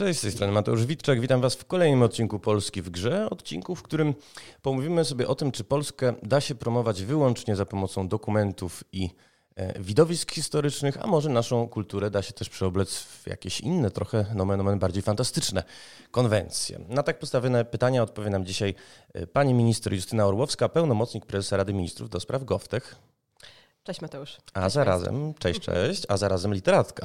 Cześć, z tej strony Mateusz Witczak. Witam Was w kolejnym odcinku Polski w grze. Odcinku, w którym pomówimy sobie o tym, czy Polskę da się promować wyłącznie za pomocą dokumentów i widowisk historycznych, a może naszą kulturę da się też przeoblec w jakieś inne, trochę nomen omen bardziej fantastyczne konwencje. Na tak postawione pytania odpowie nam dzisiaj pani minister Justyna Orłowska, pełnomocnik prezesa Rady Ministrów do spraw GovTech. Cześć Mateusz. A zarazem literatka.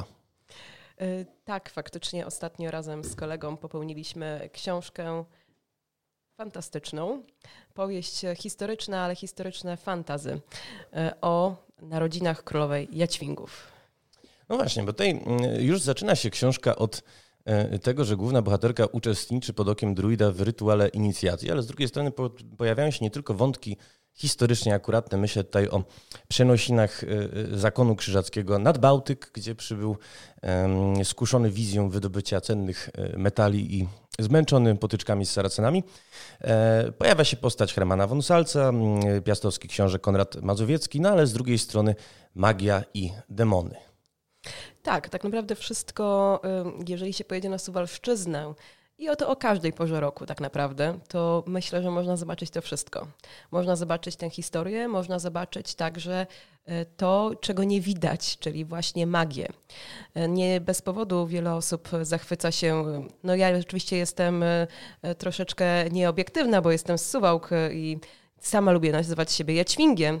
Tak, faktycznie ostatnio razem z kolegą popełniliśmy książkę fantastyczną, powieść historyczna, ale historyczne fantasy o narodzinach królowej Jadźwingów. No właśnie, bo tutaj już zaczyna się książka od tego, że główna bohaterka uczestniczy pod okiem druida w rytuale inicjacji, ale z drugiej strony pojawiają się nie tylko wątki historycznie akuratne. Myślę tutaj o przenosinach zakonu krzyżackiego nad Bałtyk, gdzie przybył skuszony wizją wydobycia cennych metali i zmęczony potyczkami z Saracenami. Pojawia się postać Hermana von Salza, piastowski książę Konrad Mazowiecki, no ale z drugiej strony magia i demony. Tak naprawdę wszystko, jeżeli się pojedzie na Suwalszczyznę, i o każdej porze roku tak naprawdę, to myślę, że można zobaczyć to wszystko. Można zobaczyć tę historię, można zobaczyć także to, czego nie widać, czyli właśnie magię. Nie bez powodu wiele osób zachwyca się, no ja oczywiście jestem troszeczkę nieobiektywna, bo jestem z Suwałk i sama lubię nazywać siebie Jadźwingiem,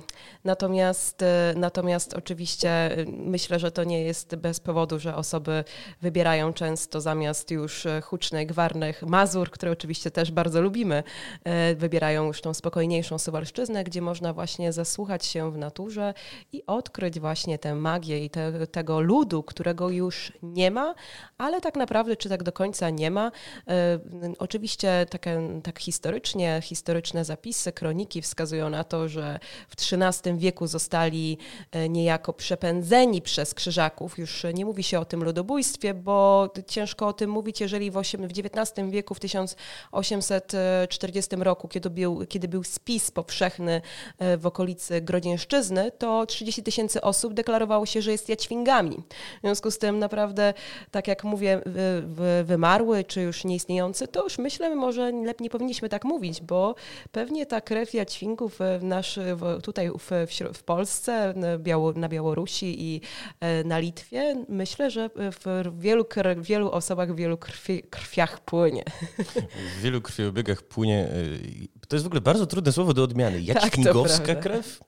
natomiast oczywiście myślę, że to nie jest bez powodu, że osoby wybierają często zamiast już hucznych, gwarnych Mazur, które oczywiście też bardzo lubimy, wybierają już tą spokojniejszą Suwalszczyznę, gdzie można właśnie zasłuchać się w naturze i odkryć właśnie tę magię i tego ludu, którego już nie ma, tak naprawdę czy tak do końca nie ma. Oczywiście tak historyczne zapisy, kroniki wskazują na to, że w XIII wieku zostali niejako przepędzeni przez Krzyżaków. Już nie mówi się o tym ludobójstwie, bo ciężko o tym mówić, jeżeli w XIX wieku, w 1840 roku, kiedy był spis powszechny w okolicy Grodzieńszczyzny, to 30 000 osób deklarowało się, że jest Jadźwingami. W związku z tym naprawdę, tak jak mówię, wymarły czy już nieistniejący, to już myślę, może lepiej nie powinniśmy tak mówić, bo pewnie ta krew Jadźwingów tutaj w Polsce, na Białorusi i na Litwie, myślę, że w wielu osobach, w wielu krwiach płynie. W wielu krwiobiegach płynie. To jest w ogóle bardzo trudne słowo do odmiany. Jadźwingowska krew?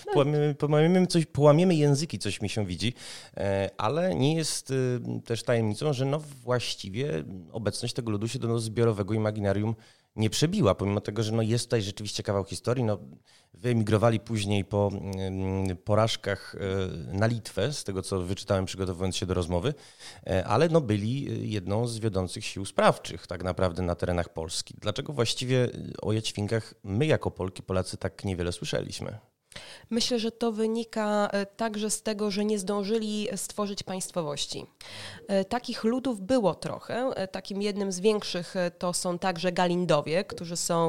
Połamiemy języki, coś mi się widzi, ale nie jest też tajemnicą, że właściwie obecność tego ludu się do zbiorowego imaginarium nie przebiła, pomimo tego, że jest tutaj rzeczywiście kawał historii. Wyemigrowali później po porażkach na Litwę, z tego co wyczytałem przygotowując się do rozmowy, ale byli jedną z wiodących sił sprawczych tak naprawdę na terenach Polski. Dlaczego właściwie o Jadźwingach my jako Polki, Polacy tak niewiele słyszeliśmy? Myślę, że to wynika także z tego, że nie zdążyli stworzyć państwowości. Takich ludów było trochę. Takim jednym z większych to są także Galindowie, którzy są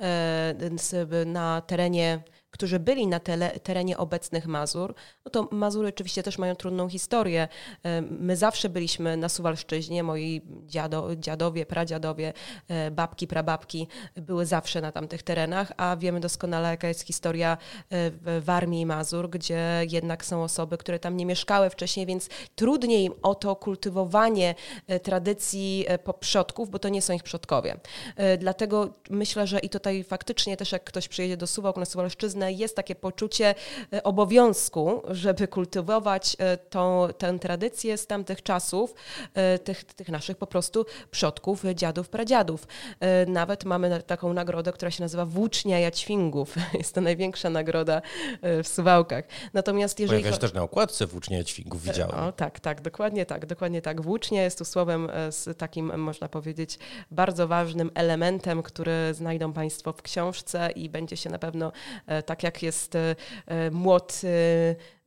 którzy byli na terenie obecnych Mazur. No to Mazury oczywiście też mają trudną historię. My zawsze byliśmy na Suwalszczyźnie, moi dziadowie, pradziadowie, babki, prababki były zawsze na tamtych terenach, a wiemy doskonale, jaka jest historia w Warmii i Mazur, gdzie jednak są osoby, które tam nie mieszkały wcześniej, więc trudniej im o to kultywowanie tradycji przodków, bo to nie są ich przodkowie. Dlatego myślę, że i tutaj faktycznie też jak ktoś przyjedzie do Suwałk na Suwalszczyznę, jest takie poczucie obowiązku, żeby kultywować tę tradycję z tamtych czasów, tych naszych po prostu przodków, dziadów, pradziadów. Nawet mamy taką nagrodę, która się nazywa Włócznia Jadźwingów. Jest to największa nagroda w Suwałkach. Natomiast jeżeli pojawia się też na okładce Włócznia Jadźwingów, widziałem. Dokładnie tak. Włócznia jest tu słowem z takim, można powiedzieć, bardzo ważnym elementem, który znajdą Państwo w książce i będzie się na pewno tak jak jest młot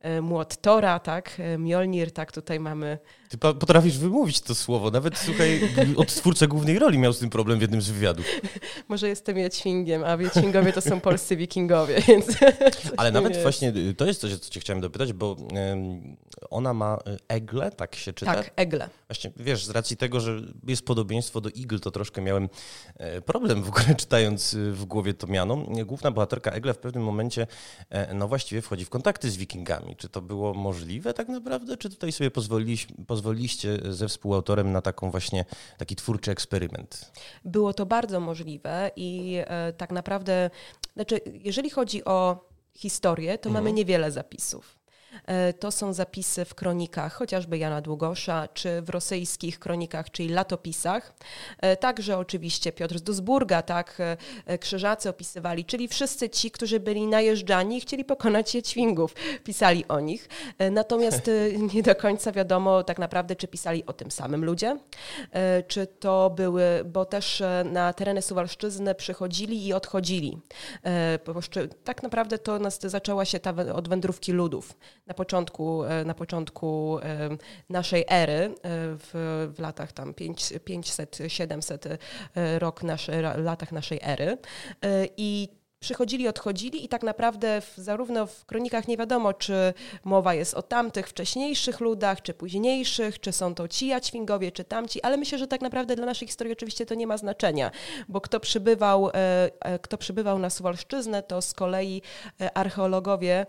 młot Tora, tak, Mjolnir, tak, tutaj mamy... Ty potrafisz wymówić to słowo, nawet słuchaj, odtwórca głównej roli miał z tym problem w jednym z wywiadów. Może jestem Jadźwingiem, a Jadźwingowie to są polscy wikingowie, więc... Ale nawet właśnie to jest coś, o co cię chciałem dopytać, bo ona ma Egle, tak się czyta? Tak, Egle. Właśnie, wiesz, z racji tego, że jest podobieństwo do igl, to troszkę miałem problem w ogóle czytając w głowie to miano. Główna bohaterka Egle w pewnym momencie, no właściwie wchodzi w kontakty z wikingami. Czy to było możliwe tak naprawdę? Czy tutaj sobie pozwoliliście ze współautorem na taką właśnie taki twórczy eksperyment? Było to bardzo możliwe i tak naprawdę, znaczy jeżeli chodzi o historię, to mamy niewiele zapisów. To są zapisy w kronikach, chociażby Jana Długosza, czy w rosyjskich kronikach, czyli latopisach. Także oczywiście Piotr z Duisburga, tak, krzyżacy opisywali, czyli wszyscy ci, którzy byli najeżdżani i chcieli pokonać Jadźwingów, pisali o nich. Natomiast nie do końca wiadomo tak naprawdę, czy pisali o tym samym ludzie, czy to były, bo też na tereny Suwalszczyzny przychodzili i odchodzili. Tak naprawdę to zaczęła się od wędrówki ludów. Na początku naszej ery, w latach tam 500-700 latach naszej ery i przychodzili, odchodzili i tak naprawdę zarówno w kronikach nie wiadomo, czy mowa jest o tamtych wcześniejszych ludach, czy późniejszych, czy są to ci Jadźwingowie, czy tamci, ale myślę, że tak naprawdę dla naszej historii oczywiście to nie ma znaczenia, bo kto przybywał na Suwalszczyznę, to z kolei archeologowie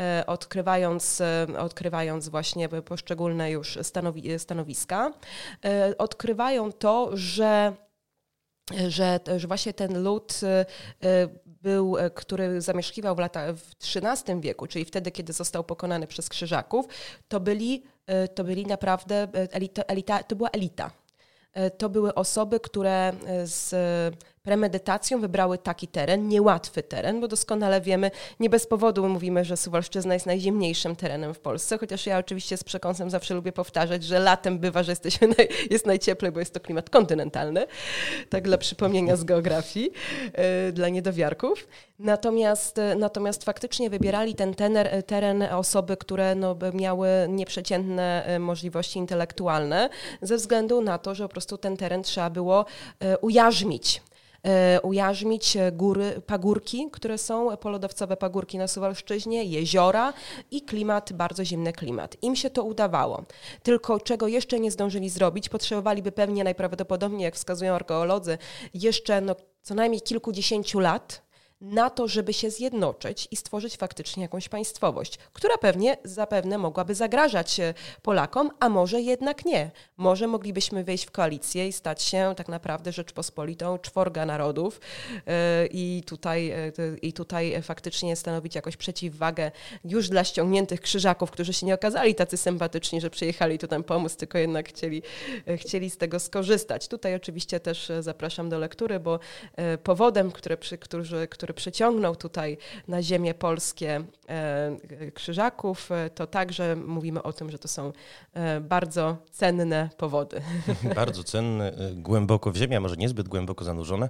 odkrywając właśnie poszczególne już stanowiska, odkrywają to, że właśnie ten lud był, który zamieszkiwał w XIII wieku, czyli wtedy, kiedy został pokonany przez Krzyżaków, to byli naprawdę elita, to była elita. To były osoby, które z premedytacją wybrały taki teren, niełatwy teren, bo doskonale wiemy, nie bez powodu mówimy, że Suwalszczyzna jest najzimniejszym terenem w Polsce, chociaż ja oczywiście z przekąsem zawsze lubię powtarzać, że latem bywa, że jest najcieplej, bo jest to klimat kontynentalny, tak dla przypomnienia z geografii, dla niedowiarków. Natomiast faktycznie wybierali ten teren osoby, które miały nieprzeciętne możliwości intelektualne, ze względu na to, że po prostu ten teren trzeba było ujarzmić góry, pagórki, które są polodowcowe pagórki na Suwalszczyźnie, jeziora i bardzo zimny klimat. Im się to udawało. Tylko czego jeszcze nie zdążyli zrobić, potrzebowaliby pewnie najprawdopodobniej, jak wskazują archeolodzy, jeszcze co najmniej kilkudziesięciu lat na to, żeby się zjednoczyć i stworzyć faktycznie jakąś państwowość, która zapewne mogłaby zagrażać Polakom, a może jednak nie. Może moglibyśmy wejść w koalicję i stać się tak naprawdę Rzeczpospolitą czworga narodów i tutaj faktycznie stanowić jakąś przeciwwagę już dla ściągniętych Krzyżaków, którzy się nie okazali tacy sympatyczni, że przyjechali tu tam pomóc, tylko jednak chcieli z tego skorzystać. Tutaj oczywiście też zapraszam do lektury, bo powodem, który przyciągnął tutaj na ziemię polskie Krzyżaków, to także mówimy o tym, że to są bardzo cenne powody. Bardzo cenne, głęboko w ziemię, a może niezbyt głęboko zanurzone.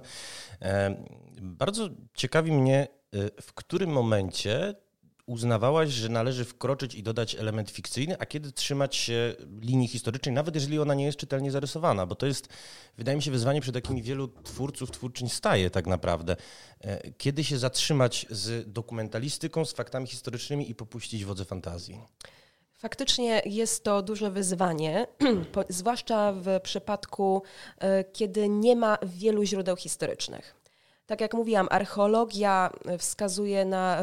Bardzo ciekawi mnie, w którym momencie uznawałaś, że należy wkroczyć i dodać element fikcyjny, a kiedy trzymać się linii historycznej, nawet jeżeli ona nie jest czytelnie zarysowana, bo to jest, wydaje mi się, wyzwanie, przed jakimi wielu twórczyń staje tak naprawdę. Kiedy się zatrzymać z dokumentalistyką, z faktami historycznymi i popuścić wodze fantazji? Faktycznie jest to duże wyzwanie, zwłaszcza w przypadku, kiedy nie ma wielu źródeł historycznych. Tak jak mówiłam, archeologia wskazuje na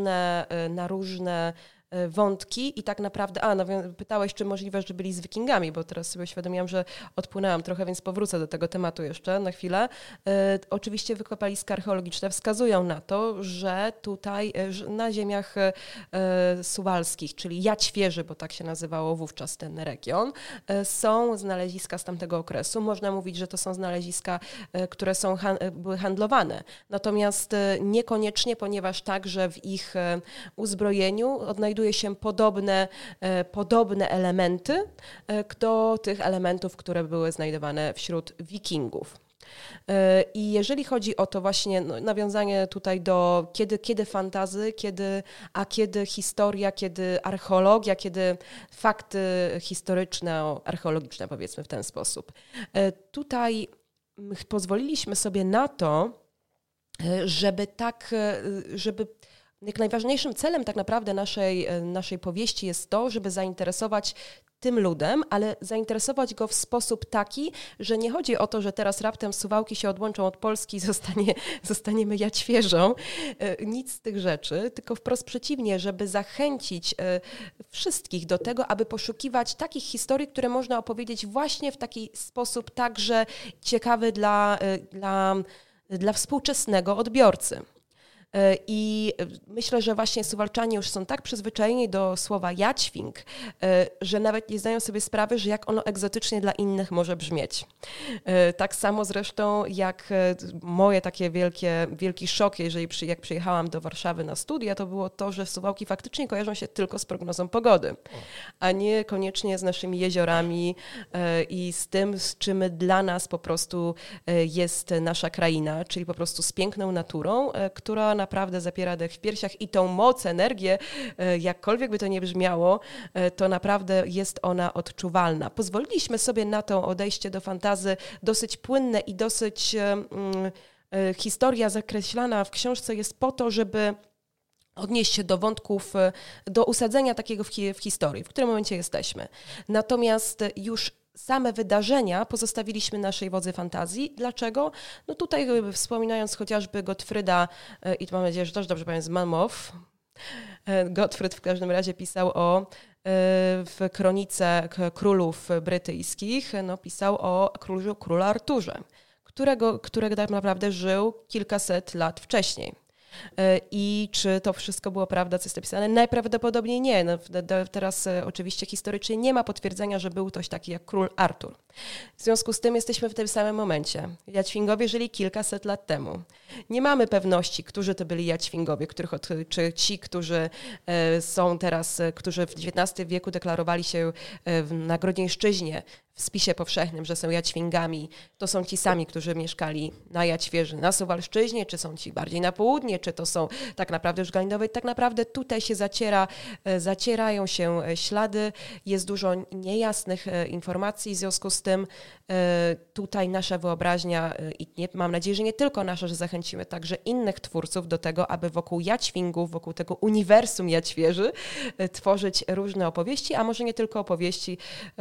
różne wątki i tak naprawdę, pytałeś, czy możliwe, że byli z Wikingami, bo teraz sobie uświadomiłam, że odpłynęłam trochę, więc powrócę do tego tematu jeszcze na chwilę. Oczywiście wykopaliska archeologiczne wskazują na to, że tutaj na ziemiach suwalskich, czyli Jaćwierzy, bo tak się nazywało wówczas ten region, są znaleziska z tamtego okresu. Można mówić, że to są znaleziska, które były handlowane. Natomiast niekoniecznie, ponieważ także w ich uzbrojeniu odnajduje się podobne elementy do tych elementów, które były znajdowane wśród Wikingów. I jeżeli chodzi o to właśnie nawiązanie tutaj do kiedy fantasy, kiedy historia, kiedy archeologia, kiedy fakty historyczno-archeologiczne, powiedzmy w ten sposób. Tutaj pozwoliliśmy sobie na to, żeby jak najważniejszym celem tak naprawdę naszej powieści jest to, żeby zainteresować tym ludem, ale zainteresować go w sposób taki, że nie chodzi o to, że teraz raptem Suwałki się odłączą od Polski i zostaniemy Jaćwierzą. Nic z tych rzeczy, tylko wprost przeciwnie, żeby zachęcić wszystkich do tego, aby poszukiwać takich historii, które można opowiedzieć właśnie w taki sposób także ciekawy dla współczesnego odbiorcy. I myślę, że właśnie Suwałczanie już są tak przyzwyczajeni do słowa jadźwing, że nawet nie zdają sobie sprawy, że jak ono egzotycznie dla innych może brzmieć. Tak samo zresztą jak moje takie wielki szok, jak przyjechałam do Warszawy na studia, to było to, że Suwałki faktycznie kojarzą się tylko z prognozą pogody, a nie koniecznie z naszymi jeziorami i z tym, z czym dla nas po prostu jest nasza kraina, czyli po prostu z piękną naturą, która naprawdę zapiera dech w piersiach i tą moc, energię, jakkolwiek by to nie brzmiało, to naprawdę jest ona odczuwalna. Pozwoliliśmy sobie na to odejście do fantasy dosyć płynne i dosyć historia zakreślana w książce jest po to, żeby odnieść się do wątków, do usadzenia takiego w historii, w którym momencie jesteśmy. Natomiast już same wydarzenia pozostawiliśmy naszej wodzy fantazji. Dlaczego? No tutaj wspominając chociażby Gottfryda, i mam nadzieję, że też dobrze pamiętam, z Malmow, Gottfryd w każdym razie pisał w kronice królów brytyjskich, pisał o królu Arturze, którego tak naprawdę żył kilkaset lat wcześniej. I czy to wszystko było prawda, co jest napisane? Najprawdopodobniej nie. Teraz oczywiście historycznie nie ma potwierdzenia, że był ktoś taki jak król Artur. W związku z tym jesteśmy w tym samym momencie. Jadźwingowie żyli kilkaset lat temu. Nie mamy pewności, którzy to byli Jadźwingowie, czy ci, którzy są teraz, którzy w XIX wieku deklarowali się na Grodnieńszczyźnie, w spisie powszechnym, że są Jadźwingami, to są ci sami, którzy mieszkali na Jadźwieży, na Suwalszczyźnie, czy są ci bardziej na południe, czy to są tak naprawdę już Galinowie. Tak naprawdę tutaj się zacierają się ślady, jest dużo niejasnych informacji, w związku z tym tutaj nasza wyobraźnia i mam nadzieję, że nie tylko nasza, że zachęcimy także innych twórców do tego, aby wokół Jadźwingów, wokół tego uniwersum Jadźwieży tworzyć różne opowieści, a może nie tylko opowieści,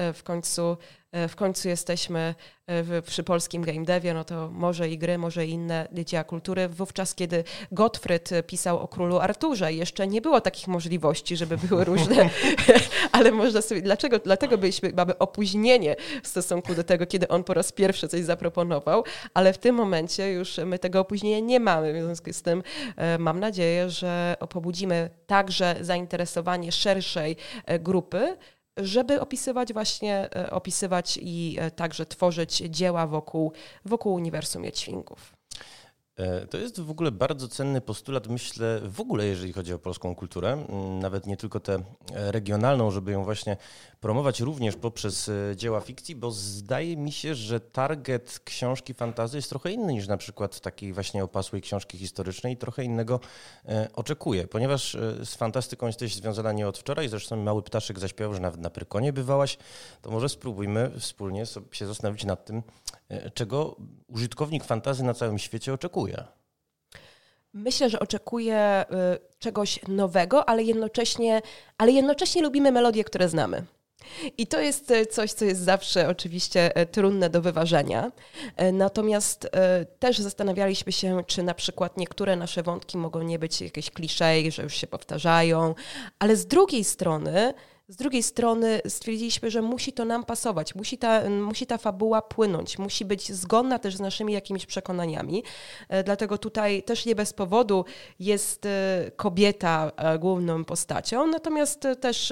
w końcu jesteśmy przy polskim game devie, no to może i gry, może i inne dzieła kultury. Wówczas, kiedy Gottfryd pisał o królu Arturze, jeszcze nie było takich możliwości, żeby były różne, ale można sobie, dlatego mamy opóźnienie w stosunku do tego, kiedy on po raz pierwszy coś zaproponował, ale w tym momencie już my tego opóźnienia nie mamy, w związku z tym mam nadzieję, że pobudzimy także zainteresowanie szerszej grupy, żeby opisywać i także tworzyć dzieła wokół uniwersum Jadźwingów. To jest w ogóle bardzo cenny postulat, myślę, w ogóle jeżeli chodzi o polską kulturę, nawet nie tylko tę regionalną, żeby ją właśnie promować również poprzez dzieła fikcji, bo zdaje mi się, że target książki fantasy jest trochę inny niż na przykład takiej właśnie opasłej książki historycznej i trochę innego oczekuję, ponieważ z fantastyką jesteś związana nie od wczoraj, zresztą Mały Ptaszek zaśpiewał, że nawet na Prykonie bywałaś, to może spróbujmy wspólnie się zastanowić nad tym, czego użytkownik fantasy na całym świecie oczekuje. Myślę, że oczekuje czegoś nowego, ale jednocześnie lubimy melodie, które znamy. I to jest coś, co jest zawsze oczywiście trudne do wyważenia. Natomiast też zastanawialiśmy się, czy na przykład niektóre nasze wątki mogą nie być jakieś kliszej, że już się powtarzają, ale z drugiej strony stwierdziliśmy, że musi to nam pasować, musi ta fabuła płynąć, musi być zgodna też z naszymi jakimiś przekonaniami. Dlatego tutaj też nie bez powodu jest kobieta główną postacią, natomiast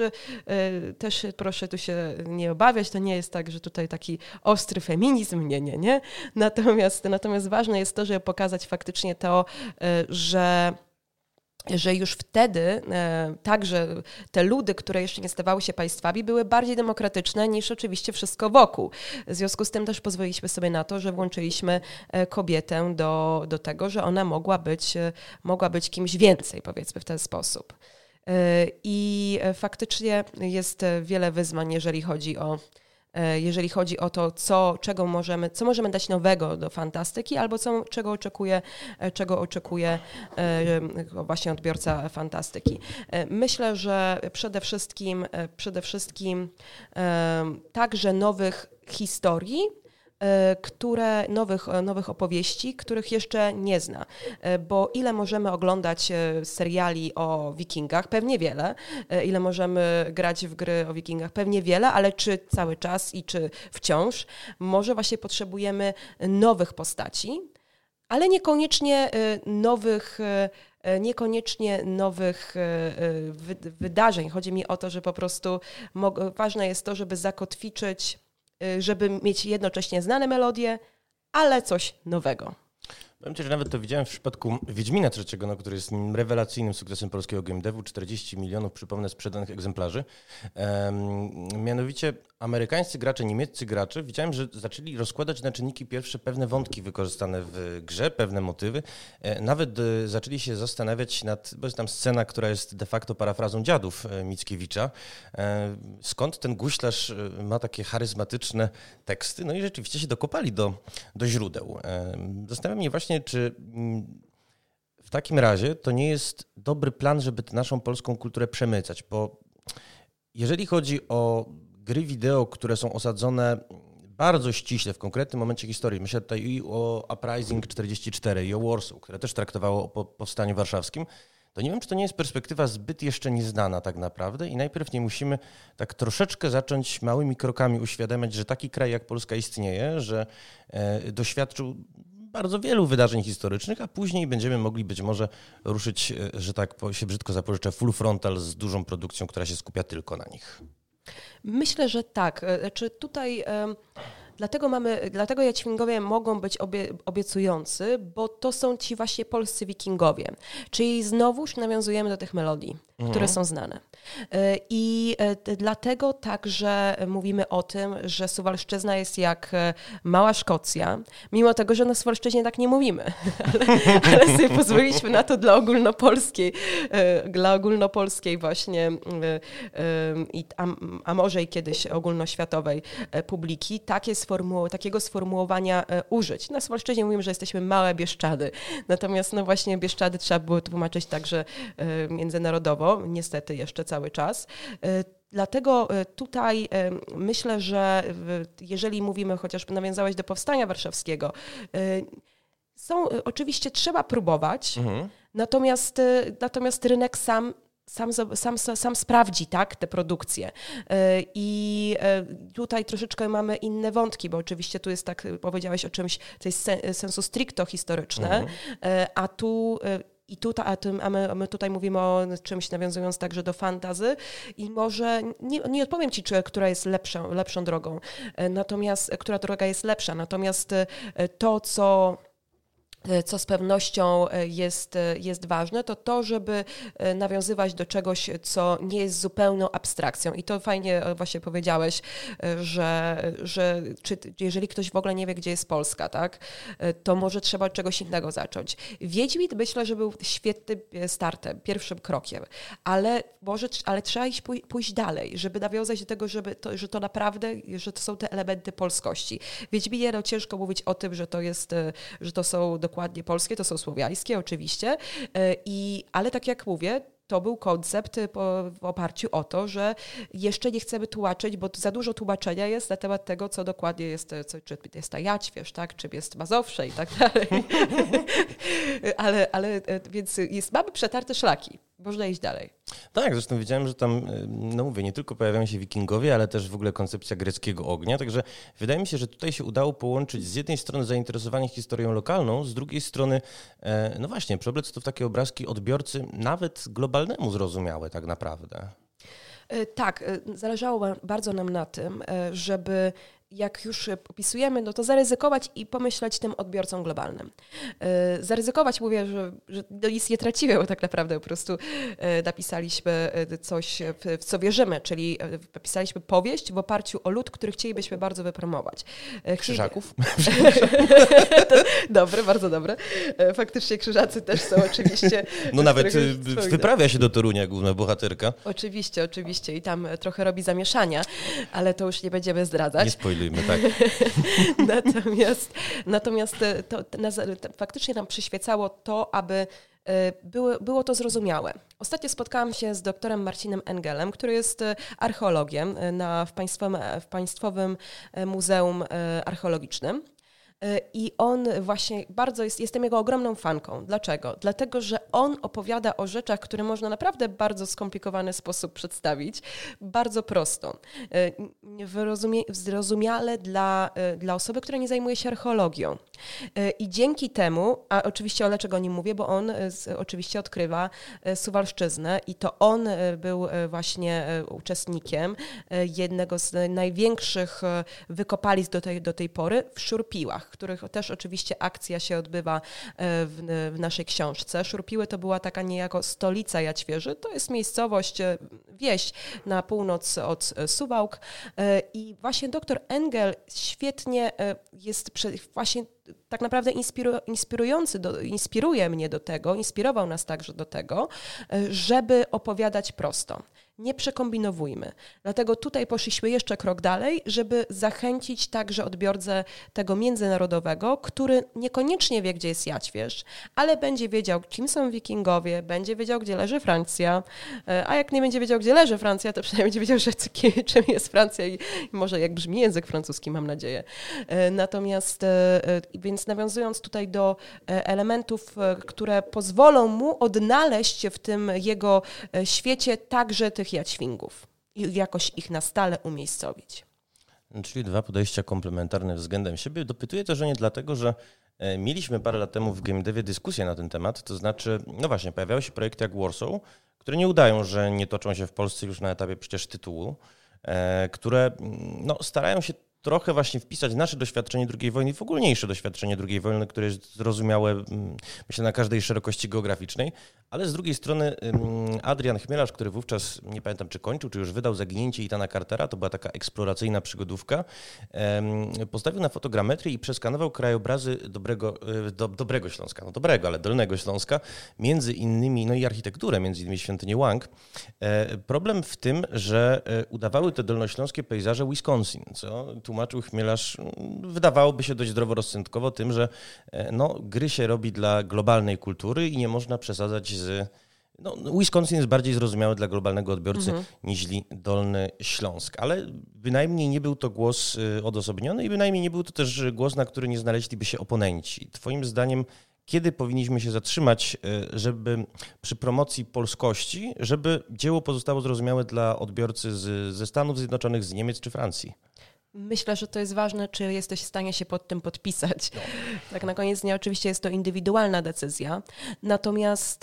też proszę tu się nie obawiać, to nie jest tak, że tutaj taki ostry feminizm, nie. Natomiast ważne jest to, żeby pokazać faktycznie to, że że już wtedy także te ludy, które jeszcze nie stawały się państwami, były bardziej demokratyczne niż oczywiście wszystko wokół. W związku z tym też pozwoliliśmy sobie na to, że włączyliśmy kobietę do tego, że ona mogła być kimś więcej, powiedzmy w ten sposób. I faktycznie jest wiele wyzwań, jeżeli chodzi o to, co możemy dać nowego do fantastyki, albo czego oczekuje właśnie odbiorca fantastyki. Myślę, że przede wszystkim także nowych historii, nowych opowieści, których jeszcze nie zna. Bo ile możemy oglądać seriali o wikingach? Pewnie wiele. Ile możemy grać w gry o wikingach? Pewnie wiele, ale czy cały czas i czy wciąż? Może właśnie potrzebujemy nowych postaci, ale niekoniecznie nowych wydarzeń. Chodzi mi o to, że po prostu ważne jest to, żeby zakotwiczyć, żeby mieć jednocześnie znane melodie, ale coś nowego. Powiem Ci, że nawet to widziałem w przypadku Wiedźmina III, no, który jest rewelacyjnym sukcesem polskiego game devu, 40 milionów, przypomnę, sprzedanych egzemplarzy. Mianowicie amerykańscy gracze, niemieccy gracze, widziałem, że zaczęli rozkładać na czynniki pierwsze pewne wątki wykorzystane w grze, pewne motywy. Nawet zaczęli się zastanawiać bo jest tam scena, która jest de facto parafrazą Dziadów Mickiewicza. Skąd ten guślarz ma takie charyzmatyczne teksty? No i rzeczywiście się dokopali do źródeł. Zastanawiam mnie właśnie, czy w takim razie to nie jest dobry plan, żeby tę naszą polską kulturę przemycać, bo jeżeli chodzi o gry wideo, które są osadzone bardzo ściśle w konkretnym momencie historii, myślę tutaj i o Uprising 44 i o Warsaw, które też traktowało o powstaniu warszawskim, to nie wiem, czy to nie jest perspektywa zbyt jeszcze nieznana tak naprawdę i najpierw nie musimy tak troszeczkę zacząć małymi krokami uświadamiać, że taki kraj jak Polska istnieje, że doświadczył bardzo wielu wydarzeń historycznych, a później będziemy mogli być może ruszyć, że tak się brzydko zapożyczę, full frontal z dużą produkcją, która się skupia tylko na nich. Myślę, że tak. Znaczy tutaj dlatego Jadźwigowie mogą być obiecujący, bo to są ci właśnie polscy wikingowie. Czyli znowuż nawiązujemy do tych melodii, które są znane. I dlatego także mówimy o tym, że Suwalszczyzna jest jak mała Szkocja, mimo tego, że na Suwalszczyźnie tak nie mówimy. ale sobie pozwoliliśmy na to dla ogólnopolskiej właśnie a może i kiedyś ogólnoświatowej publiki takiego sformułowania użyć. Na Suwalszczyźnie mówimy, że jesteśmy małe Bieszczady. Natomiast no właśnie Bieszczady trzeba było tłumaczyć także międzynarodowo, niestety jeszcze cały czas. Dlatego tutaj myślę, że jeżeli mówimy, chociaż nawiązałeś do Powstania Warszawskiego, oczywiście trzeba próbować, natomiast rynek sam sprawdzi, tak, te produkcje. I tutaj troszeczkę mamy inne wątki, bo oczywiście tu jest, tak powiedziałeś o czymś, co jest sensu stricto historyczne, a my tutaj mówimy o czymś nawiązując także do fantasy i może nie odpowiem Ci, która jest lepszą drogą, która droga jest lepsza, natomiast to, co z pewnością jest ważne, to żeby nawiązywać do czegoś, co nie jest zupełną abstrakcją. I to fajnie właśnie powiedziałeś, że jeżeli ktoś w ogóle nie wie, gdzie jest Polska, tak, to może trzeba od czegoś innego zacząć. Wiedźmin myślę, że był świetnym startem, pierwszym krokiem, ale trzeba pójść dalej, żeby nawiązać do tego, że to naprawdę, że to są te elementy polskości. W Wiedźminie ciężko mówić o tym, że to są dokładnie polskie, to są słowiańskie oczywiście, ale tak jak mówię, to był koncept w oparciu o to, że jeszcze nie chcemy tłumaczyć, bo za dużo tłumaczenia jest na temat tego, co dokładnie jest, czy jest ta Jadźwierz, tak, czym jest Mazowsze i tak dalej. ale więc mamy przetarte szlaki. Można iść dalej. Tak, zresztą widziałem, że tam, no mówię, nie tylko pojawiają się wikingowie, ale też w ogóle koncepcja greckiego ognia, także wydaje mi się, że tutaj się udało połączyć z jednej strony zainteresowanie historią lokalną, z drugiej strony, no właśnie, przeoblec to w takie obrazki odbiorcy nawet globalnemu zrozumiałe tak naprawdę. Tak, zależało bardzo nam na tym, żeby jak już opisujemy, no to zaryzykować i pomyśleć tym odbiorcom globalnym. Zaryzykować, mówię, że nic nie traciły, bo tak naprawdę po prostu napisaliśmy coś, w co wierzymy, czyli napisaliśmy powieść w oparciu o lud, który chcielibyśmy bardzo wypromować. Krzyżaków? Dobre, bardzo dobre. Faktycznie Krzyżacy też są oczywiście. No nawet wyprawia się do Torunia główna bohaterka. Oczywiście i tam trochę robi zamieszania, ale to już nie będziemy zdradzać. Nie spoilujmy, tak. Natomiast to faktycznie nam przyświecało to, aby było to zrozumiałe. Ostatnio spotkałam się z doktorem Marcinem Engelem, który jest archeologiem w Państwowym Muzeum Archeologicznym. I on właśnie jestem jego ogromną fanką. Dlaczego? Dlatego, że on opowiada o rzeczach, które można naprawdę w bardzo skomplikowany sposób przedstawić, bardzo prosto, zrozumiale dla osoby, która nie zajmuje się archeologią. I dzięki temu, a oczywiście dlaczego o nim mówię, bo on oczywiście odkrywa Suwalszczyznę i to on był właśnie uczestnikiem jednego z największych wykopalisk do tej pory w Szurpiłach, których też oczywiście akcja się odbywa w naszej książce. Szurpiły to była taka niejako stolica Jaćwierzy. To jest miejscowość, wieś na północ od Suwałk i właśnie dr Engel świetnie jest właśnie tak naprawdę inspirował nas także do tego, żeby opowiadać prosto. Nie przekombinowujmy. Dlatego tutaj poszliśmy jeszcze krok dalej, żeby zachęcić także odbiorcę tego międzynarodowego, który niekoniecznie wie, gdzie jest Jaćwierz, ale będzie wiedział, kim są Wikingowie, będzie wiedział, gdzie leży Francja, a jak nie będzie wiedział, gdzie leży Francja, to przynajmniej będzie wiedział, czym jest Francja i może jak brzmi język francuski, mam nadzieję. Natomiast, więc nawiązując tutaj do elementów, które pozwolą mu odnaleźć się w tym jego świecie także tych Jaćwingów i jakoś ich na stale umiejscowić. Czyli dwa podejścia komplementarne względem siebie. Dopytuję też o nie dlatego, że mieliśmy parę lat temu w GameDevie dyskusję na ten temat, to znaczy, no właśnie, pojawiały się projekty jak Warsaw, które nie udają, że nie toczą się w Polsce już na etapie przecież tytułu, które starają się trochę właśnie wpisać nasze doświadczenie II wojny w ogólniejsze doświadczenie II wojny, które jest zrozumiałe, myślę, na każdej szerokości geograficznej, ale z drugiej strony Adrian Chmielarz, który wówczas, nie pamiętam czy kończył, czy już wydał Zaginięcie Ethana Cartera, to była taka eksploracyjna przygodówka, postawił na fotogrametrię i przeskanował krajobrazy Dobrego Śląska, no dobrego, ale Dolnego Śląska, między innymi, no i architekturę, między innymi świątynię Łang. Problem w tym, że udawały te dolnośląskie pejzaże Wisconsin, co tłumaczył Chmielarz, wydawałoby się dość zdroworozsądkowo tym, że gry się robi dla globalnej kultury i nie można przesadzać z... Wisconsin jest bardziej zrozumiały dla globalnego odbiorcy niż Dolny Śląsk, ale bynajmniej nie był to głos odosobniony i bynajmniej nie był to też głos, na który nie znaleźliby się oponenci. Twoim zdaniem, kiedy powinniśmy się zatrzymać, żeby przy promocji polskości, żeby dzieło pozostało zrozumiałe dla odbiorcy ze Stanów Zjednoczonych, z Niemiec czy Francji? Myślę, że to jest ważne, czy jesteś w stanie się pod tym podpisać. Tak na koniec dnia oczywiście jest to indywidualna decyzja, natomiast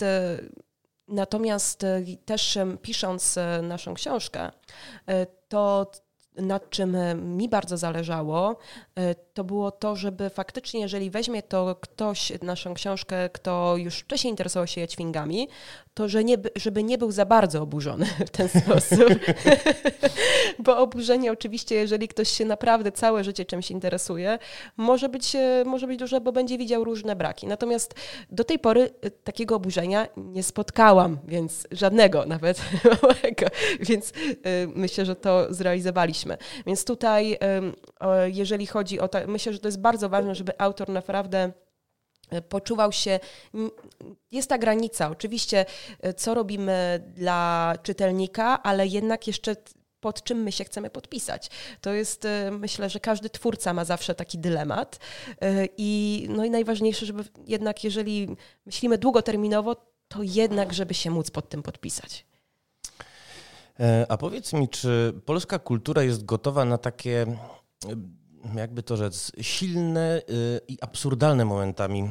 też pisząc naszą książkę, to nad czym mi bardzo zależało, to było to, żeby faktycznie, jeżeli weźmie to ktoś naszą książkę, kto już wcześniej interesował się Jaćwingami, to żeby nie był za bardzo oburzony w ten sposób. Bo oburzenie oczywiście, jeżeli ktoś się naprawdę całe życie czymś interesuje, może być duże, bo będzie widział różne braki. Natomiast do tej pory takiego oburzenia nie spotkałam, więc żadnego nawet małego. Więc myślę, że to zrealizowaliśmy. Więc tutaj, jeżeli chodzi o to, myślę, że to jest bardzo ważne, żeby autor naprawdę poczuwał się, jest ta granica, oczywiście co robimy dla czytelnika, ale jednak jeszcze pod czym my się chcemy podpisać. To jest, myślę, że każdy twórca ma zawsze taki dylemat i najważniejsze, żeby jednak, jeżeli myślimy długoterminowo, to jednak, żeby się móc pod tym podpisać. A powiedz mi, czy polska kultura jest gotowa na takie jakby to rzec, silne i absurdalne momentami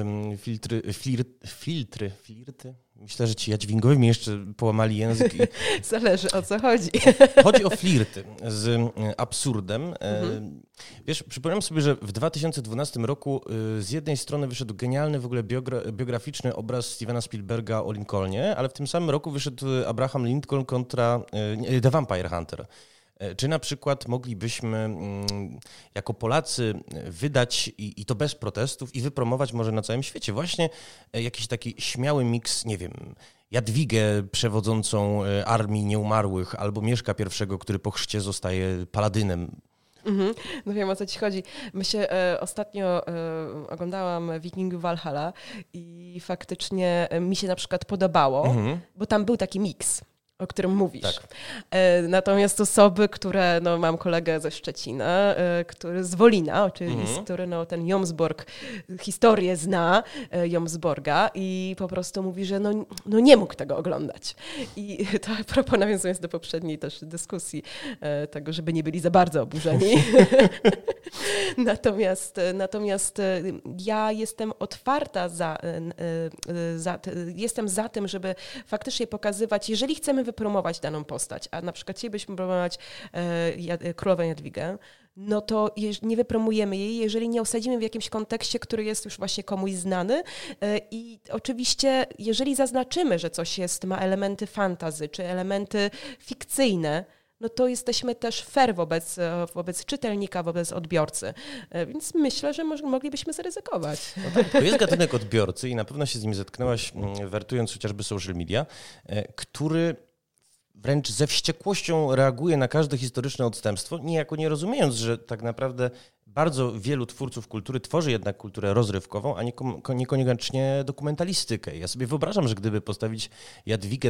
flirty. Myślę, że ci jadźwingowi mi jeszcze połamali język. Zależy, o co chodzi. Chodzi o flirty z absurdem. Wiesz, przypomniałem sobie, że w 2012 roku z jednej strony wyszedł genialny w ogóle biograficzny obraz Stevena Spielberga o Lincolnie, ale w tym samym roku wyszedł Abraham Lincoln kontra The Vampire Hunter. Czy na przykład moglibyśmy jako Polacy wydać, i to bez protestów, i wypromować może na całym świecie właśnie jakiś taki śmiały miks, nie wiem, Jadwigę przewodzącą Armii Nieumarłych albo Mieszka I, który po chrzcie zostaje paladynem. No wiem, o co ci chodzi. Ostatnio oglądałam Wikingów Valhalla i faktycznie mi się na przykład podobało, bo tam był taki miks, o którym mówisz. Tak. Natomiast osoby, które, mam kolegę ze Szczecina, który z Wolina, który ten Jomsborg, historię zna Jomsborga i po prostu mówi, że nie mógł tego oglądać. I to a propos, nawiązując do poprzedniej też dyskusji, tego, żeby nie byli za bardzo oburzeni. Natomiast ja jestem otwarta jestem za tym, żeby faktycznie pokazywać, jeżeli chcemy wypromować daną postać, a na przykład chcielibyśmy promować królowę Jadwigę, no to nie wypromujemy jej, jeżeli nie osadzimy w jakimś kontekście, który jest już właśnie komuś znany. I oczywiście, jeżeli zaznaczymy, że coś ma elementy fantasy, czy elementy fikcyjne, no to jesteśmy też fair wobec czytelnika, wobec odbiorcy. Więc myślę, że moglibyśmy zaryzykować. No tak, to jest gatunek odbiorcy i na pewno się z nim zetknęłaś, wertując chociażby social media, który wręcz ze wściekłością reaguje na każde historyczne odstępstwo, niejako nie rozumiejąc, że tak naprawdę bardzo wielu twórców kultury tworzy jednak kulturę rozrywkową, a niekoniecznie dokumentalistykę. Ja sobie wyobrażam, że gdyby postawić Jadwigę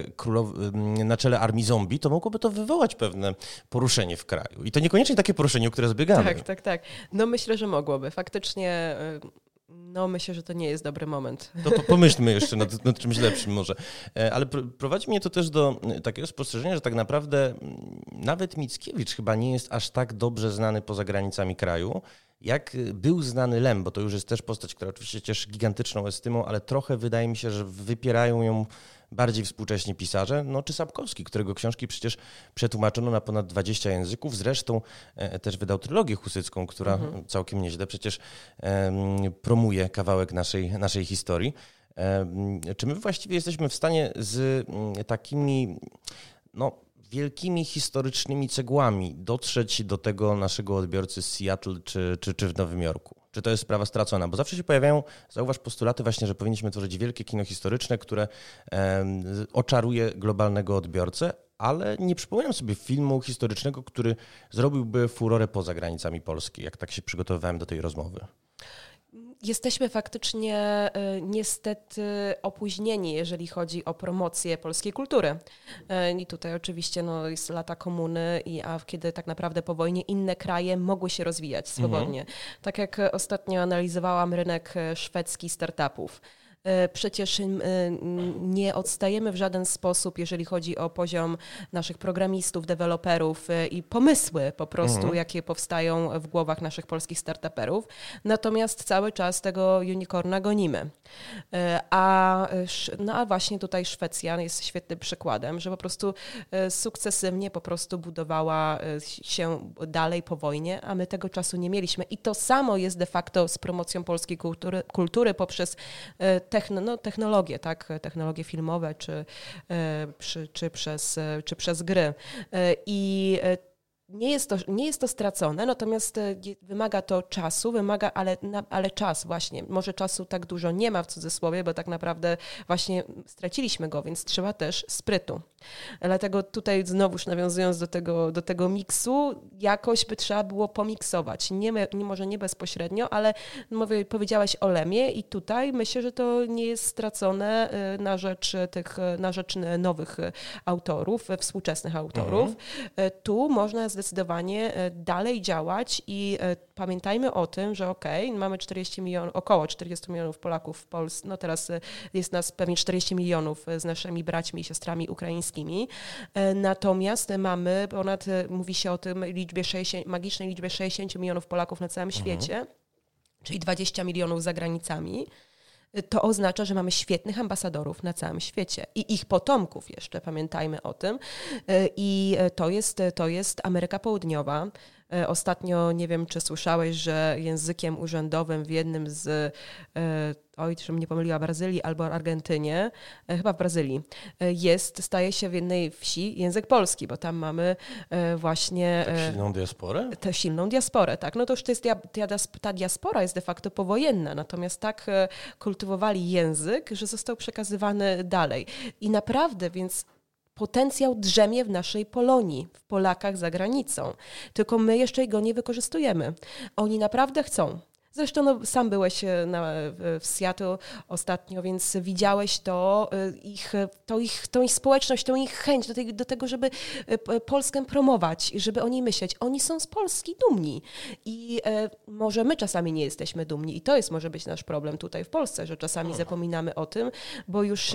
na czele armii zombie, to mogłoby to wywołać pewne poruszenie w kraju. I to niekoniecznie takie poruszenie, o które zbiegamy. Tak. No myślę, że mogłoby. Faktycznie... myślę, że to nie jest dobry moment. To pomyślmy jeszcze nad czymś lepszym może. Ale prowadzi mnie to też do takiego spostrzeżenia, że tak naprawdę nawet Mickiewicz chyba nie jest aż tak dobrze znany poza granicami kraju, jak był znany Lem, bo to już jest też postać, która oczywiście cieszy gigantyczną estymą, ale trochę wydaje mi się, że wypierają ją bardziej współcześni pisarze, czy Sapkowski, którego książki przecież przetłumaczono na ponad 20 języków, zresztą też wydał trylogię husycką, która całkiem nieźle przecież promuje kawałek naszej historii. Czy my właściwie jesteśmy w stanie z takimi wielkimi historycznymi cegłami dotrzeć do tego naszego odbiorcy z Seattle czy w Nowym Jorku? Czy to jest sprawa stracona? Bo zawsze się pojawiają, zauważ, postulaty właśnie, że powinniśmy tworzyć wielkie kino historyczne, które oczaruje globalnego odbiorcę, ale nie przypominam sobie filmu historycznego, który zrobiłby furorę poza granicami Polski, jak tak się przygotowywałem do tej rozmowy. Jesteśmy faktycznie niestety opóźnieni, jeżeli chodzi o promocję polskiej kultury. I tutaj oczywiście jest lata komuny, a kiedy tak naprawdę po wojnie inne kraje mogły się rozwijać swobodnie. Tak jak ostatnio analizowałam rynek szwedzki startupów. Przecież nie odstajemy w żaden sposób, jeżeli chodzi o poziom naszych programistów, deweloperów i pomysły po prostu, jakie powstają w głowach naszych polskich startuperów. Natomiast cały czas tego unicorna gonimy. A właśnie tutaj Szwecja jest świetnym przykładem, że po prostu sukcesywnie po prostu budowała się dalej po wojnie, a my tego czasu nie mieliśmy. I to samo jest de facto z promocją polskiej kultury poprzez technologie, tak? Technologie filmowe czy przez gry. I nie jest to stracone, natomiast wymaga to czasu, ale czas właśnie. Może czasu tak dużo nie ma w cudzysłowie, bo tak naprawdę właśnie straciliśmy go, więc trzeba też sprytu. Dlatego tutaj znowuż nawiązując do tego miksu, jakoś by trzeba było pomiksować. Może nie bezpośrednio, ale powiedziałaś o Lemie i tutaj myślę, że to nie jest stracone na rzecz nowych autorów, współczesnych autorów. Tu można zdecydowanie dalej działać i pamiętajmy o tym, że mamy około 40 milionów Polaków w Polsce, no teraz jest nas pewnie 40 milionów z naszymi braćmi i siostrami ukraińskimi, natomiast mamy mówi się o tym magicznej liczbie 60 milionów Polaków na całym świecie, czyli 20 milionów za granicami. To oznacza, że mamy świetnych ambasadorów na całym świecie i ich potomków jeszcze, pamiętajmy o tym. I to jest Ameryka Południowa. Ostatnio, nie wiem, czy słyszałeś, że językiem urzędowym w jednym z, żebym nie pomyliła, Brazylii albo Argentynie, chyba w Brazylii, staje się w jednej wsi język polski, bo tam mamy właśnie... Tak silną diasporę? Tę silną diasporę, tak. No to już ta diaspora jest de facto powojenna, natomiast tak kultywowali język, że został przekazywany dalej. I naprawdę, więc potencjał drzemie w naszej Polonii, w Polakach za granicą. Tylko my jeszcze go nie wykorzystujemy. Oni naprawdę chcą. Zresztą sam byłeś w Seattle ostatnio, więc widziałeś tą ich społeczność, tą ich chęć do tego, żeby Polskę promować, żeby o niej myśleć. Oni są z Polski dumni i może my czasami nie jesteśmy dumni i to może być nasz problem tutaj w Polsce, że czasami zapominamy o tym, bo już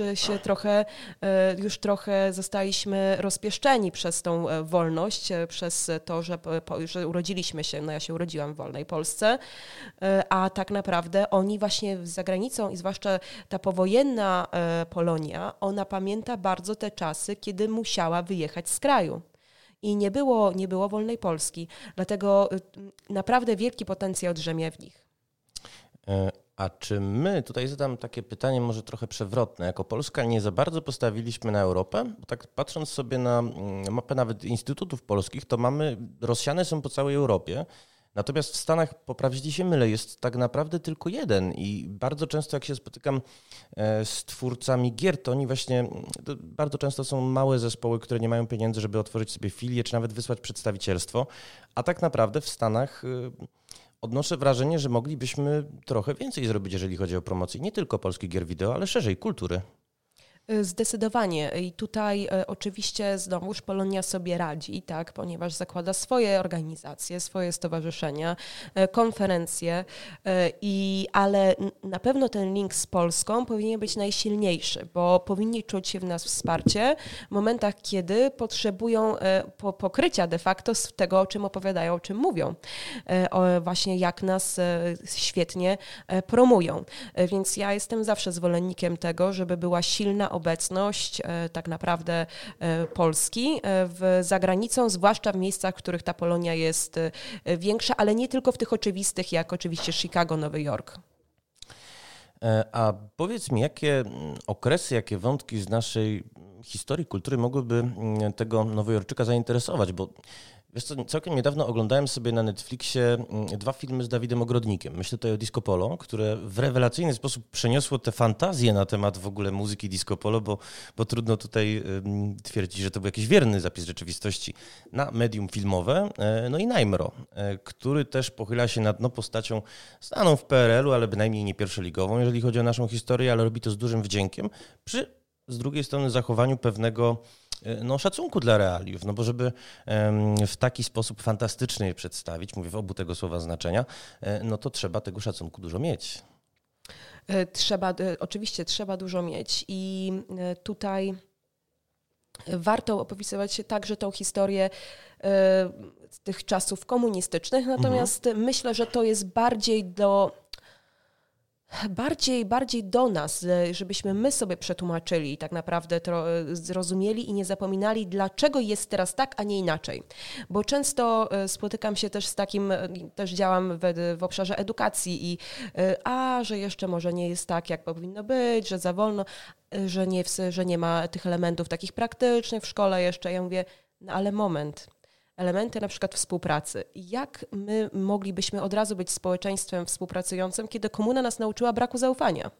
trochę zostaliśmy rozpieszczeni przez tą wolność, przez to, że urodziliśmy się, ja się urodziłam w wolnej Polsce, a tak naprawdę oni właśnie za granicą i zwłaszcza ta powojenna Polonia, ona pamięta bardzo te czasy, kiedy musiała wyjechać z kraju. I nie było wolnej Polski. Dlatego naprawdę wielki potencjał drzemie w nich. A czy my, tutaj zadam takie pytanie może trochę przewrotne, jako Polska nie za bardzo postawiliśmy na Europę? Bo tak patrząc sobie na mapę nawet instytutów polskich, to rozsiane są po całej Europie. Natomiast w Stanach, poprawnie jeśli się mylę, jest tak naprawdę tylko jeden i bardzo często jak się spotykam z twórcami gier, to oni właśnie, bardzo często są małe zespoły, które nie mają pieniędzy, żeby otworzyć sobie filię, czy nawet wysłać przedstawicielstwo, a tak naprawdę w Stanach odnoszę wrażenie, że moglibyśmy trochę więcej zrobić, jeżeli chodzi o promocję nie tylko polskich gier wideo, ale szerzej kultury. Zdecydowanie. I tutaj oczywiście znowuż Polonia sobie radzi, tak, ponieważ zakłada swoje organizacje, swoje stowarzyszenia, konferencje, ale na pewno ten link z Polską powinien być najsilniejszy, bo powinni czuć się w nas wsparcie w momentach, kiedy potrzebują pokrycia de facto z tego, o czym opowiadają, o czym mówią, właśnie jak nas świetnie promują. Więc ja jestem zawsze zwolennikiem tego, żeby była silna obecność tak naprawdę Polski za granicą, zwłaszcza w miejscach, w których ta Polonia jest większa, ale nie tylko w tych oczywistych, jak oczywiście Chicago, Nowy Jork. A powiedz mi, jakie okresy, jakie wątki z naszej historii, kultury mogłyby tego Nowojorczyka zainteresować? Bo wiesz co, całkiem niedawno oglądałem sobie na Netflixie 2 filmy z Dawidem Ogrodnikiem. Myślę tutaj o Disco Polo, które w rewelacyjny sposób przeniosło te fantazje na temat w ogóle muzyki Disco Polo, bo trudno tutaj twierdzić, że to był jakiś wierny zapis rzeczywistości na medium filmowe. No i Najmro, który też pochyla się nad postacią znaną w PRL-u, ale bynajmniej nie pierwszoligową, jeżeli chodzi o naszą historię, ale robi to z dużym wdziękiem, przy z drugiej strony zachowaniu pewnego szacunku dla realiów, bo żeby w taki sposób fantastyczny je przedstawić, mówię w obu tego słowa znaczenia, to trzeba tego szacunku dużo mieć. Oczywiście trzeba dużo mieć i tutaj warto opisywać także tą historię z tych czasów komunistycznych, natomiast myślę, że to jest bardziej do nas, żebyśmy my sobie przetłumaczyli i tak naprawdę to zrozumieli i nie zapominali, dlaczego jest teraz tak, a nie inaczej. Bo często spotykam się też z takim, też działam w obszarze edukacji i że jeszcze może nie jest tak, jak powinno być, że za wolno, że nie ma tych elementów takich praktycznych w szkole jeszcze. Ja mówię, ale moment. Elementy na przykład współpracy. Jak my moglibyśmy od razu być społeczeństwem współpracującym, kiedy komuna nas nauczyła braku zaufania?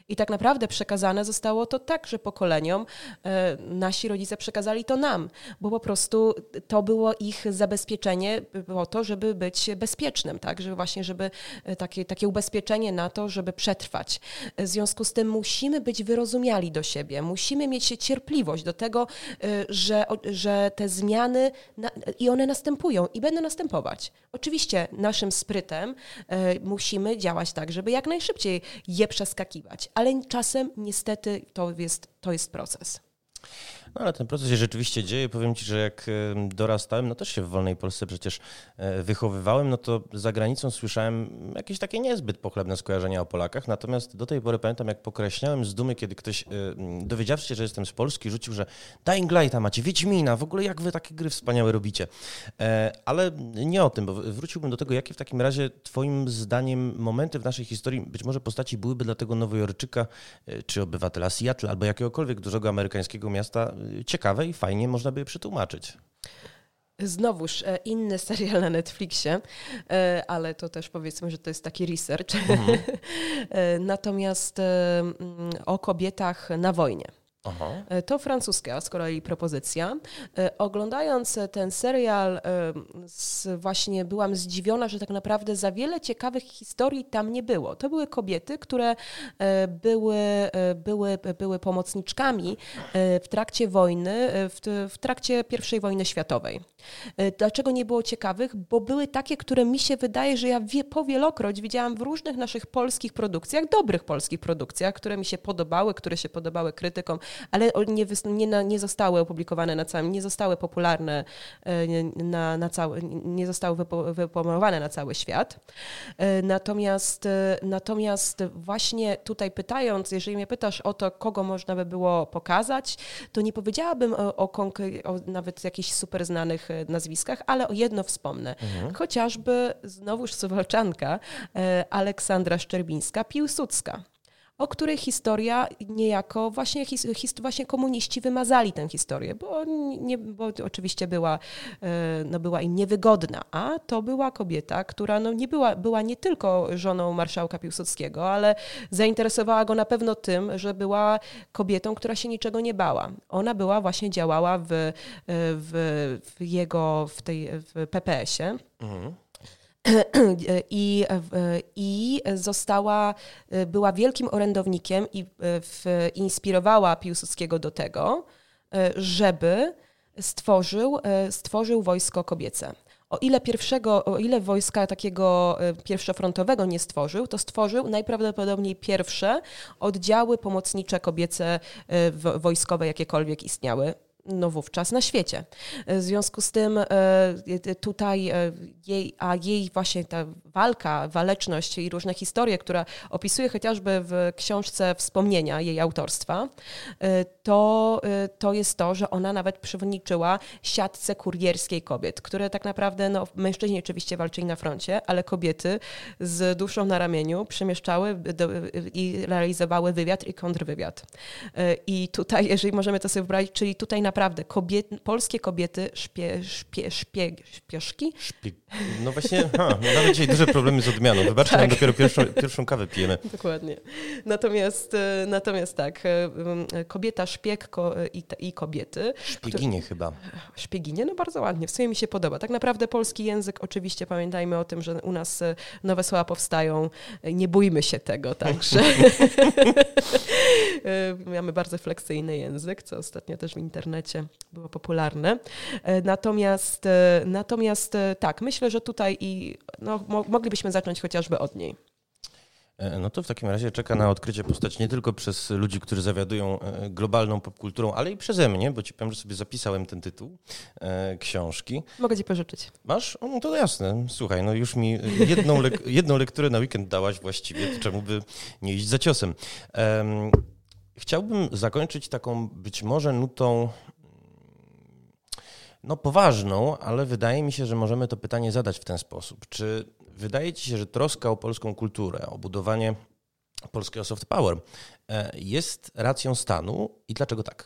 I tak naprawdę przekazane zostało to także pokoleniom. Nasi rodzice przekazali to nam, bo po prostu to było ich zabezpieczenie po to, żeby być bezpiecznym, tak? Żeby takie ubezpieczenie na to, żeby przetrwać. W związku z tym musimy być wyrozumiali do siebie, musimy mieć cierpliwość do tego, że te zmiany i one następują i będą następować. Oczywiście naszym sprytem musimy działać tak, żeby jak najszybciej je przeskakiwać, ale czasem niestety to jest proces. No ale ten proces się rzeczywiście dzieje. Powiem Ci, że jak dorastałem, no też się w wolnej Polsce przecież wychowywałem, no to za granicą słyszałem jakieś takie niezbyt pochlebne skojarzenia o Polakach. Natomiast do tej pory pamiętam, jak pokreślałem z dumy, kiedy ktoś, dowiedziawszy się, że jestem z Polski, rzucił, że Dying Lighta macie, Wiedźmina, w ogóle jak wy takie gry wspaniałe robicie. Ale nie o tym, bo wróciłbym do tego, jakie w takim razie Twoim zdaniem momenty w naszej historii, być może postaci byłyby dla tego Nowojorczyka, czy obywatela Seattle, albo jakiegokolwiek dużego amerykańskiego miasta ciekawe i fajnie można by je przetłumaczyć. Znowuż inny serial na Netflixie, ale to też powiedzmy, że to jest taki research. Natomiast o kobietach na wojnie. Aha. To francuska z kolei propozycja. Oglądając ten serial właśnie byłam zdziwiona, że tak naprawdę za wiele ciekawych historii tam nie było. To były kobiety, które były pomocniczkami w trakcie wojny, w trakcie I wojny światowej. Dlaczego nie było ciekawych? Bo były takie, które mi się wydaje, że ja powielokroć widziałam w różnych naszych polskich produkcjach, dobrych polskich produkcjach, które mi się podobały, które się podobały krytykom, ale nie zostały opublikowane na całym, nie zostały popularne nie zostały wypromowane na cały świat. Natomiast właśnie tutaj pytając, jeżeli mnie pytasz o to, kogo można by było pokazać, to nie powiedziałabym o nawet jakichś super znanych nazwiskach, ale o jedno wspomnę. Chociażby znowuż Suwalczanka Aleksandra Szczerbińska-Piłsudska, o której historia niejako właśnie komuniści wymazali tę historię, bo oczywiście była im niewygodna, a to była kobieta, która była nie tylko żoną marszałka Piłsudskiego, ale zainteresowała go na pewno tym, że była kobietą, która się niczego nie bała. Ona działała w PPS-ie. I była wielkim orędownikiem i inspirowała Piłsudskiego do tego, żeby stworzył wojsko kobiece. O ile wojska takiego pierwszofrontowego nie stworzył, to stworzył najprawdopodobniej pierwsze oddziały pomocnicze kobiece wojskowe, jakiekolwiek istniały wówczas na świecie. W związku z tym tutaj jej właśnie ta waleczność i różne historie, która opisuje chociażby w książce Wspomnienia jej autorstwa, to jest to, że ona nawet przewodniczyła siatce kurierskiej kobiet, które tak naprawdę, mężczyźni oczywiście walczyli na froncie, ale kobiety z duszą na ramieniu przemieszczały i realizowały wywiad i kontrwywiad. I tutaj, jeżeli możemy to sobie wyobrazić, czyli tutaj naprawdę polskie kobiety śpieszki? No właśnie, mamy dzisiaj duże problemy z odmianą. Wybaczcie, nam dopiero pierwszą kawę pijemy. Dokładnie. Natomiast tak, kobieta szpieg i kobiety. Szpieginie chyba. Szpieginie? No bardzo ładnie, w sumie mi się podoba. Tak naprawdę polski język, oczywiście pamiętajmy o tym, że u nas nowe słowa powstają, nie bójmy się tego, także mamy bardzo fleksyjny język, co ostatnio też w internecie było popularne. Natomiast tak, myślę, że tutaj moglibyśmy zacząć chociażby od niej. No to w takim razie czeka na odkrycie postać nie tylko przez ludzi, którzy zawiadują globalną popkulturą, ale i przeze mnie, bo ci powiem, że sobie zapisałem ten tytuł książki. Mogę ci pożyczyć. Masz? No to jasne. Słuchaj, no już mi jedną lekturę na weekend dałaś właściwie, to czemu by nie iść za ciosem. Chciałbym zakończyć taką być może nutą poważną, ale wydaje mi się, że możemy to pytanie zadać w ten sposób. Czy wydaje ci się, że troska o polską kulturę, o budowanie polskiego soft power jest racją stanu i dlaczego tak?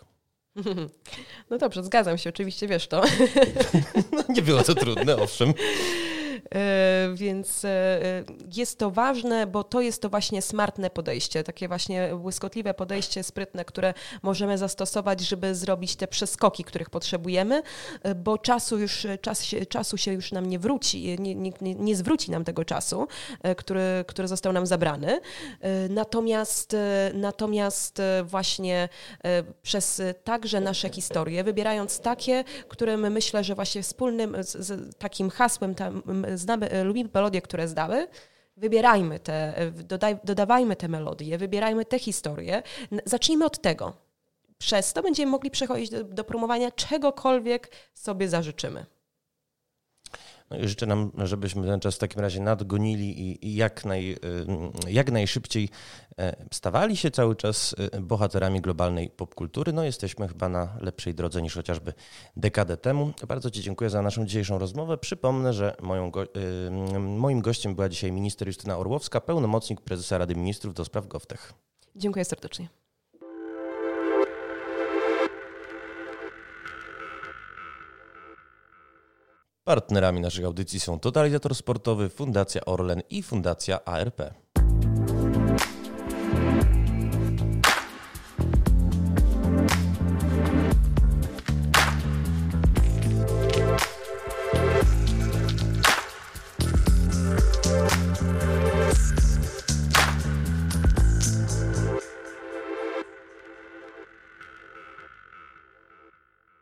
No dobrze, zgadzam się, oczywiście, wiesz to. No, nie było to trudne, owszem. Więc jest to ważne, bo to jest to właśnie smartne podejście, takie właśnie błyskotliwe podejście, sprytne, które możemy zastosować, żeby zrobić te przeskoki, których potrzebujemy, bo czasu się już nam nie wróci, nie zwróci nam tego czasu, który został nam zabrany. Natomiast właśnie przez także nasze historie, wybierając takie, które my myślę, że właśnie wspólnym z takim hasłem, lubimy melodie, które znamy, wybierajmy dodawajmy te melodie, wybierajmy te historie. Zacznijmy od tego. Przez to będziemy mogli przechodzić do promowania czegokolwiek sobie zażyczymy. No i życzę nam, żebyśmy ten czas w takim razie nadgonili i jak najszybciej stawali się cały czas bohaterami globalnej popkultury. No jesteśmy chyba na lepszej drodze niż chociażby dekadę temu. Bardzo Ci dziękuję za naszą dzisiejszą rozmowę. Przypomnę, że moim gościem była dzisiaj minister Justyna Orłowska, pełnomocnik prezesa Rady Ministrów do spraw GovTech. Dziękuję serdecznie. Partnerami naszych audycji są Totalizator Sportowy, Fundacja Orlen i Fundacja ARP.